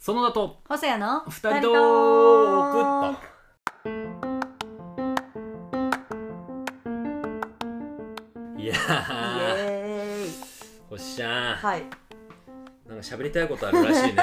園田と細谷の二人とーくっといやイエーイ。 ほっしゃー、 はい。 なんか喋りたいことあるらしいね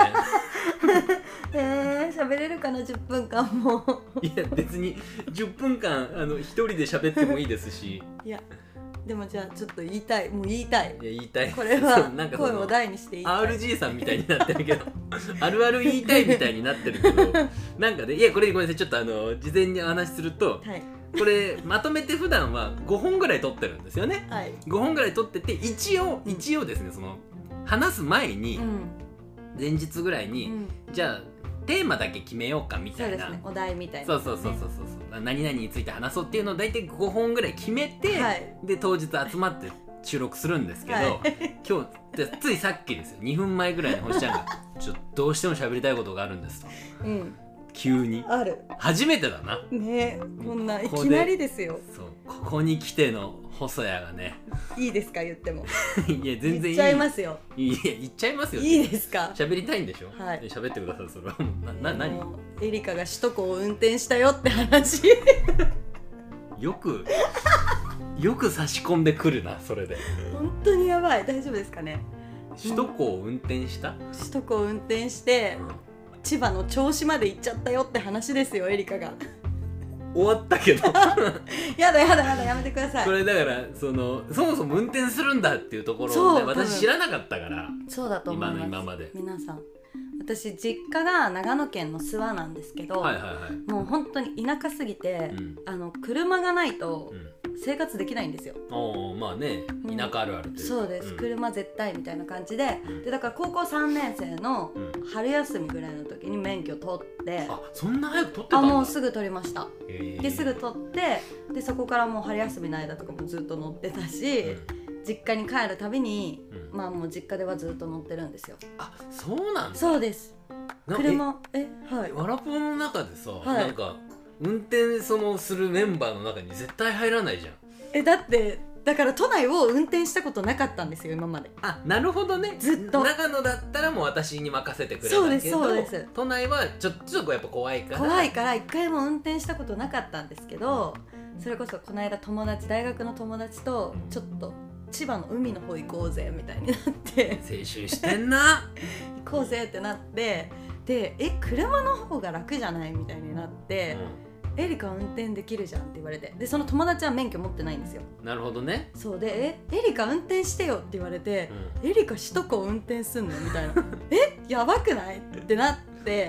喋れるかな10分間もいや別に10分間一人で喋ってもいいですしいやでもじゃあちょっと言いたい、もう言いたい。 いや言いたいこれはなんか声を大にして言いたい。 RG さんみたいになってるけどあるある言いたいみたいになってるけどなんかね、いやこれごめんなさい、ちょっと事前にお話しすると、 はいこれまとめて普段は5本ぐらい撮ってるんですよね。 はい。 5本ぐらい撮ってて一応ですね、その話す前に、前日ぐらいに、じゃあテーマだけ決めようかみたいな、 そうですね、お題みたいな、 そう何々について話そうっていうのを大体5本ぐらい決めて、 はい、 で当日集まって収録するんですけど、 はい、 今日ついさっきですよ、2分前ぐらいに星ちゃんがちょっとどうしても喋りたいことがあるんですと、急にある。 初めてだなね、こんないきなりですよ。 そう、ここに来ての細谷がねいいですか言ってもいや全然いい、 言っちゃいますよ。 いや言っちゃいますよ。 いいですか。 喋りたいんでしょ。 はい、 喋ってください。それは何エリカが首都高を運転したよって話よく差し込んでくるな、それで。 本当にやばい。大丈夫ですかね。 首都高を運転した、 首都高を運転して、千葉の銚子まで行っちゃったよって話ですよ、エリカが。 終わったけどやだやめてください。 これだからそもそも運転するんだっていうところを、ね、私知らなかったから。 そうだと思います。 今まで皆さん、私実家が長野県の諏訪なんですけど、もう本当に田舎すぎて、車がないと生活できないんですよ。 まあね、田舎あるあるというか、 そうです、車絶対みたいな感じで、だから高校3年生の春休みぐらいの時に免許取って、 そんな早く取ってたんだ。 もうすぐ取りました。ですぐ取って、でそこからもう春休みの間とかもずっと乗ってたし、実家に帰るたびに、まあもう実家ではずっと乗ってるんですよ。 そうなんだ。 そうです。車はい。 ワラポの中でさ、なんか運転するメンバーの中に絶対入らないじゃん。 だってだから都内を運転したことなかったんですよ、今まで。 なるほどね。 ずっと長野だったらもう私に任せてくれるんだけど、 そうです。 都内はちょっとやっぱ怖いから一回も運転したことなかったんですけど、それこそこの間大学の友達とちょっと千葉の海の方行こうぜみたいになって青春してんな行こうぜってなって、で車の方が楽じゃないみたいになって、エリカ運転できるじゃんって言われて、でその友達は免許持ってないんですよ。 なるほどね。そうでエリカ運転してよって言われて、エリカ首都高運転すんのみたいなやばくないってなって、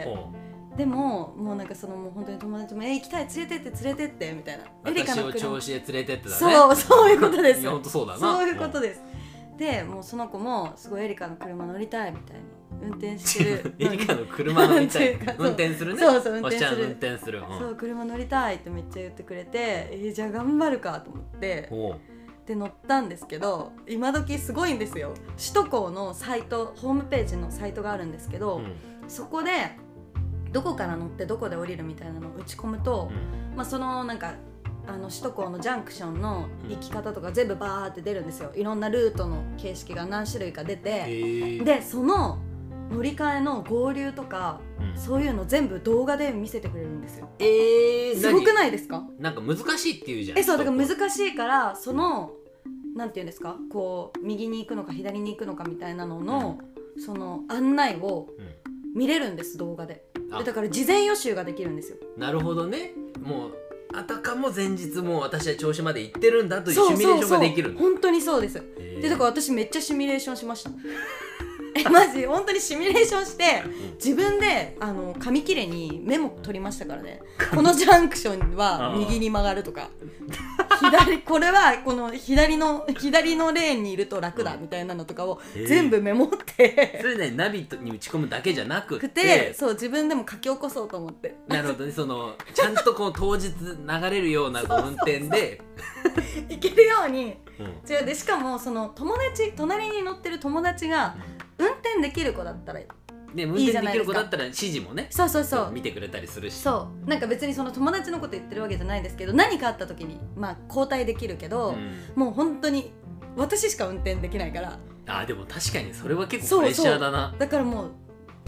でももうなんかもう本当に友達も行きたい、連れてってみたいな。 私を調子で連れてってだね。 そういうことです。 いや本当そうだな。 そういうことです。でもうその子もすごいエリカの車乗りたいみたいに運転してるエリカの車乗りたい運転するね。 そう運転する。 運転する。 そう車乗りたいってめっちゃ言ってくれて、じゃあ頑張るかと思ってで乗ったんですけど、今時すごいんですよ。首都高のサイト、ホームページのサイトがあるんですけど、そこでどこから乗ってどこで降りるみたいなのを打ち込むと、そのなんか首都高のジャンクションの行き方とか全部バーって出るんですよ。いろんなルートの形式が何種類か出て、でその乗り換えの合流とか、そういうの全部動画で見せてくれるんですよ。すごくないですか？ なんか難しいっていうじゃん。 そうだから難しいから、なんていうんですか、こう右に行くのか左に行くのかみたいなのの、その案内を見れるんです、動画で。だから事前予習ができるんですよ。 なるほどね。もうあたかも前日もう私は銚子まで行ってるんだというシミュレーションができるんだ。 本当にそうです。でだから私めっちゃシミュレーションしましたマジ本当にシミュレーションして自分で紙切れにメモ取りましたからね。このジャンクションは右に曲がるとかこれはこの左のレーンにいると楽だみたいなのとかを全部メモってそれね、ナビに打ち込むだけじゃなくて、そう自分でも書き起こそうと思って。 なるほどね。ちゃんとこう当日流れるような運転で行けるように、でしかも隣に乗ってる友達が運転できる子だったら運転できる子だったら指示もね、 そう見てくれたりするし、 そうなんか別にその友達のこと言ってるわけじゃないですけど、何かあった時に交代できるけど、もう本当に私しか運転できないから。 でも確かにそれは結構プレッシャーだな。 だからもう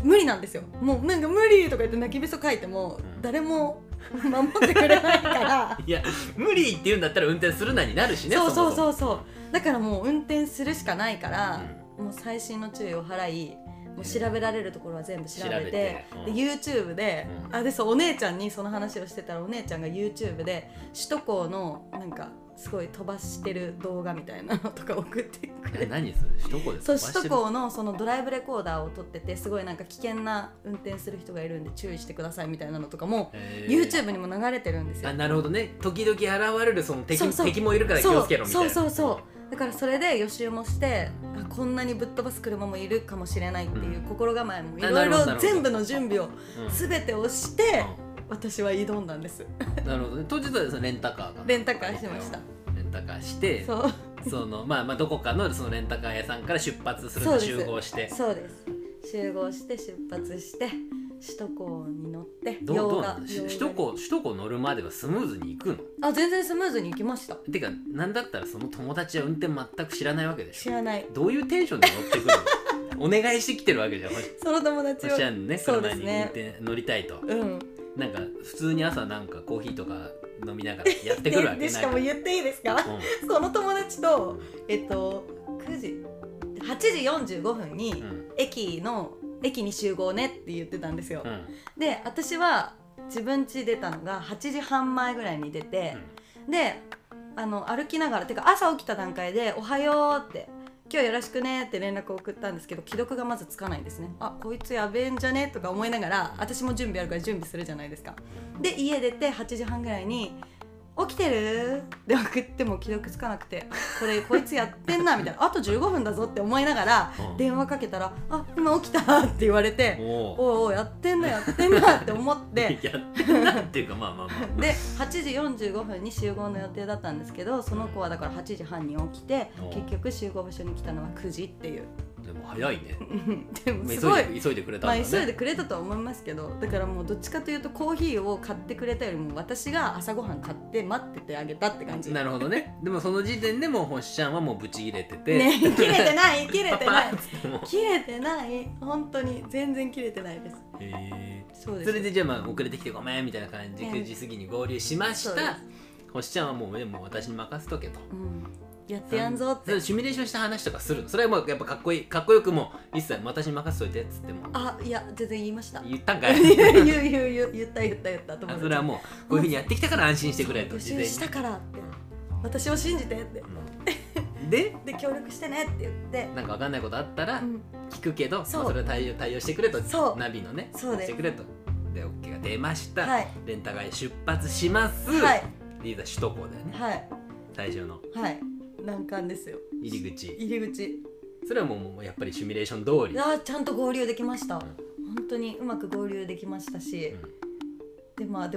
無理なんですよ。もうなんか無理とか言って泣きべそ書いても、誰も守ってくれないからいや無理って言うんだったら運転するなになるしね。 そうだからもう運転するしかないから、もう細心の注意を払い、もう調べられるところは全部調べて、で YouTube で、でそうお姉ちゃんにその話をしてたら、お姉ちゃんが YouTube で首都高のなんかすごい飛ばしてる動画みたいなのとか送ってくれて、 何それ首都高で飛ばしてる？ そう首都高のそのドライブレコーダーを撮ってて、すごいなんか危険な運転する人がいるんで注意してくださいみたいなのとかも YouTube にも流れてるんですよ。 なるほどね。時々現れるその敵もいるから気をつけろみたいな。 そうだからそれで予習もして、こんなにぶっ飛ばす車もいるかもしれないっていう心構えもいろいろ全部の準備を全てをして、私は挑んだんです。 なるほどね。当日はですね、レンタカーしました。 レンタカーして、そのまあどこかのそのレンタカー屋さんから出発するの集合して、 そうです集合して出発して首都高に乗って、 どうなの？首都高乗るまではスムーズに行くの？ 全然スムーズに行きました。 てかなんだったらその友達は運転全く知らないわけでしょ。 知らない。 どういうテンションで乗ってくるの？お願いしてきてるわけじゃん。 その友達はね、車に乗りたいと、なんか普通に朝なんかコーヒーとか飲みながらやってくるわけでしかも言っていいですか、その友達と8時45分に駅に集合ねって言ってたんですよ、で私は自分家出たのが8時半前ぐらいに出て、で歩きながら、てか朝起きた段階でおはようって今日よろしくねって連絡を送ったんですけど、既読がまずつかないんですね。こいつやべえんじゃねとか思いながら、私も準備あるから準備するじゃないですか。で家出て8時半ぐらいに起きてるって送っても既読つかなくて、こいつやってんなみたいな、あと15分だぞって思いながら電話かけたら、今起きたって言われて、おやってんなって思ってやってんなっていうかまあで8時45分に集合の予定だったんですけど、その子はだから8時半に起きて、結局集合場所に来たのは9時っていう。 でも早いねでもすごい急いでくれたんだね。 急いでくれたとは思いますけど、だからもうどっちかというとコーヒーを買ってくれたよりも私が朝ごはん買って待っててあげたって感じ。 なるほどね。でもその時点でもう星ちゃんはもうブチ切れててね、切れてない本当に全然切れてないです。 そうです。それでじゃあ遅れてきてごめんみたいな感じで9時過ぎに合流しました。星ちゃんはもう私に任せとけと、 やってやんぞって。 シミュレーションした話とかするの？それはもうやっぱかっこよくも一切私に任せといてっつっても。 いや全然言いました。 言ったんかい。 言ったと思う。 それはもうこういうふうにやってきたから安心してくれと。 予習したからって、私を信じてって。で協力してねって言って、 なんか分かんないことあったら聞くけど、それを対応してくれと、ナビのねしてくれと。で OK が出ました。レンタカーへ出発します。リーダー首都高だよね。最初の難関ですよ。 入り口。 それはもうやっぱりシミュレーション通り。 ちゃんと合流できました。本当にうまく合流できましたし、でも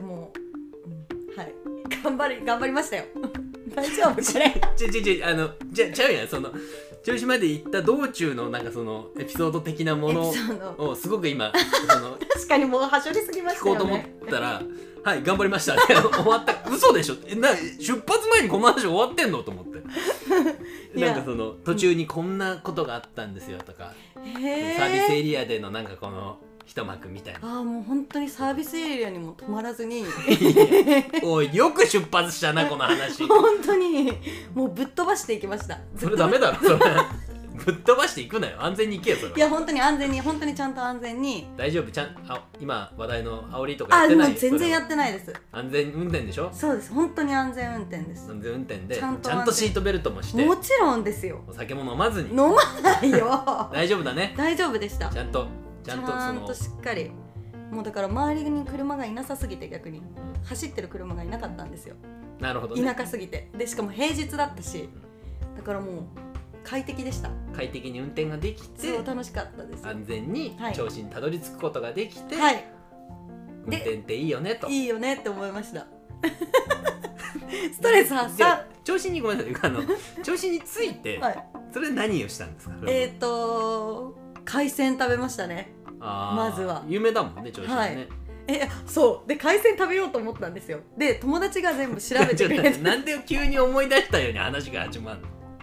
頑張りましたよ。大丈夫これ。 ちゃうやん。その調子まで行った道中のなんかそのエピソード的なものをすごく今確かにもうはしょりすぎましたよね。 聞こうと思ったら頑張りましたね。終わった。嘘でしょ。出発前にこの話終わってんのと思って。なんかその途中にこんなことがあったんですよとか、サービスエリアでのなんかこの一幕みたいな。 もう本当にサービスエリアにも止まらずにおいよく出発したなこの話。 本当にもうぶっ飛ばしていきました。 それダメだろそれ。ぶっ飛ばしていくなよ。安全に行けよそれ。 いや本当に安全に、本当にちゃんと安全に。 大丈夫？今話題の煽りとかやってない？ 全然やってないです。 安全運転でしょ？ そうです。本当に安全運転です。 安全運転でちゃんとシートベルトもして。 もちろんですよ。 お酒も飲まずに。 飲まないよ。 大丈夫だね。 大丈夫でした。 ちゃんとしっかり。もうだから周りに車がいなさすぎて、逆に走ってる車がいなかったんですよ。 なるほどね。 田舎すぎて。でしかも平日だったし、だからもう快適でした。 快適に運転ができて、 楽しかったです。 安全に調子にたどり着くことができて、運転っていいよねと。 いいよねって思いました。ストレス発散。 調子にごめんなさい。調子について、それ何をしたんですか？ 海鮮食べましたね。まずは有名だもんね、調子はね。 そうで海鮮食べようと思ったんですよ。で友達が全部調べてくれて。 なんで急に思い出したように話が始まるの？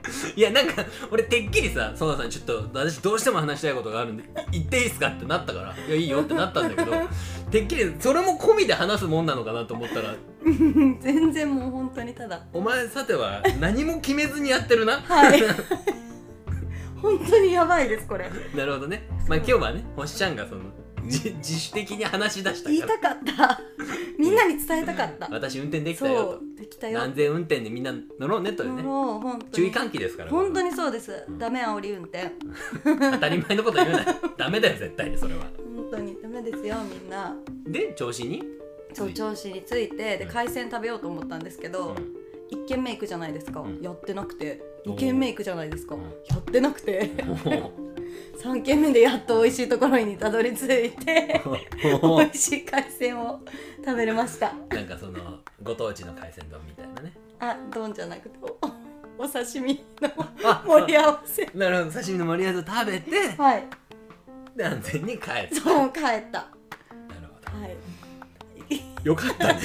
いやなんか俺てっきりさ園田さんちょっと私どうしても話したいことがあるんで言っていいですかってなったからいやいいよってなったんだけどてっきりそれも込みで話すもんなのかなと思ったら全然もう本当にただお前さては何も決めずにやってるなはい本当にやばいですこれ。 なるほどね。まあ今日はね星ちゃんがその自主的に話し出したから言いたかったみんなに伝えたかった私運転できたよとそうできたよ安全運転でみんな乗ろうねというね注意喚起ですから本当にそうです、ダメ煽り運転当たり前のこと言うなダメだよ絶対にそれは本当にダメですよみんなで調子にそう調子についてで海鮮食べようと思ったんですけど、1軒目行くじゃないですか、やってなくて2軒目行くじゃないですか、やってなくて3軒目でやっと美味しいところにたどり着いて美味しい海鮮を食べれました。 なんかそのご当地の海鮮丼みたいなねあ、丼じゃなくてお刺身の盛り合わせなるほど刺身の盛り合わせを食べて、 はい、 で安全に帰ったそう帰った。なるほど、 はい、 よかったね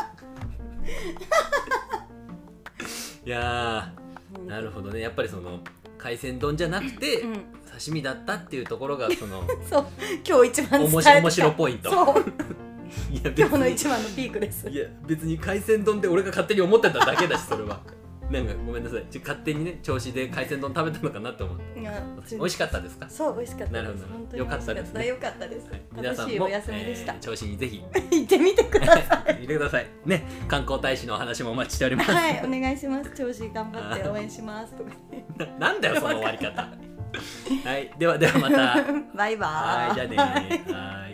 いやなるほどねやっぱりその海鮮丼じゃなくて、刺身だったっていうところがそのそう今日一番伝えた面白ポイントそういや今日の一番のピークです。 いや別に海鮮丼って俺が勝手に思ってただけだしそれはなんかごめんなさい勝手にね調子で海鮮丼食べたのかなって思って美味しかったですか？ そう美味しかったです。 なるほどよかったですね。 よかったです、はい、 皆さんも楽しいお休みでした、 調子にぜひ行ってみてください行ってくださいね。観光大使のお話もお待ちしておりますはいお願いします。調子頑張って応援しますとかなんだよその終わり方はいではまたバイバーイはいじゃあねはい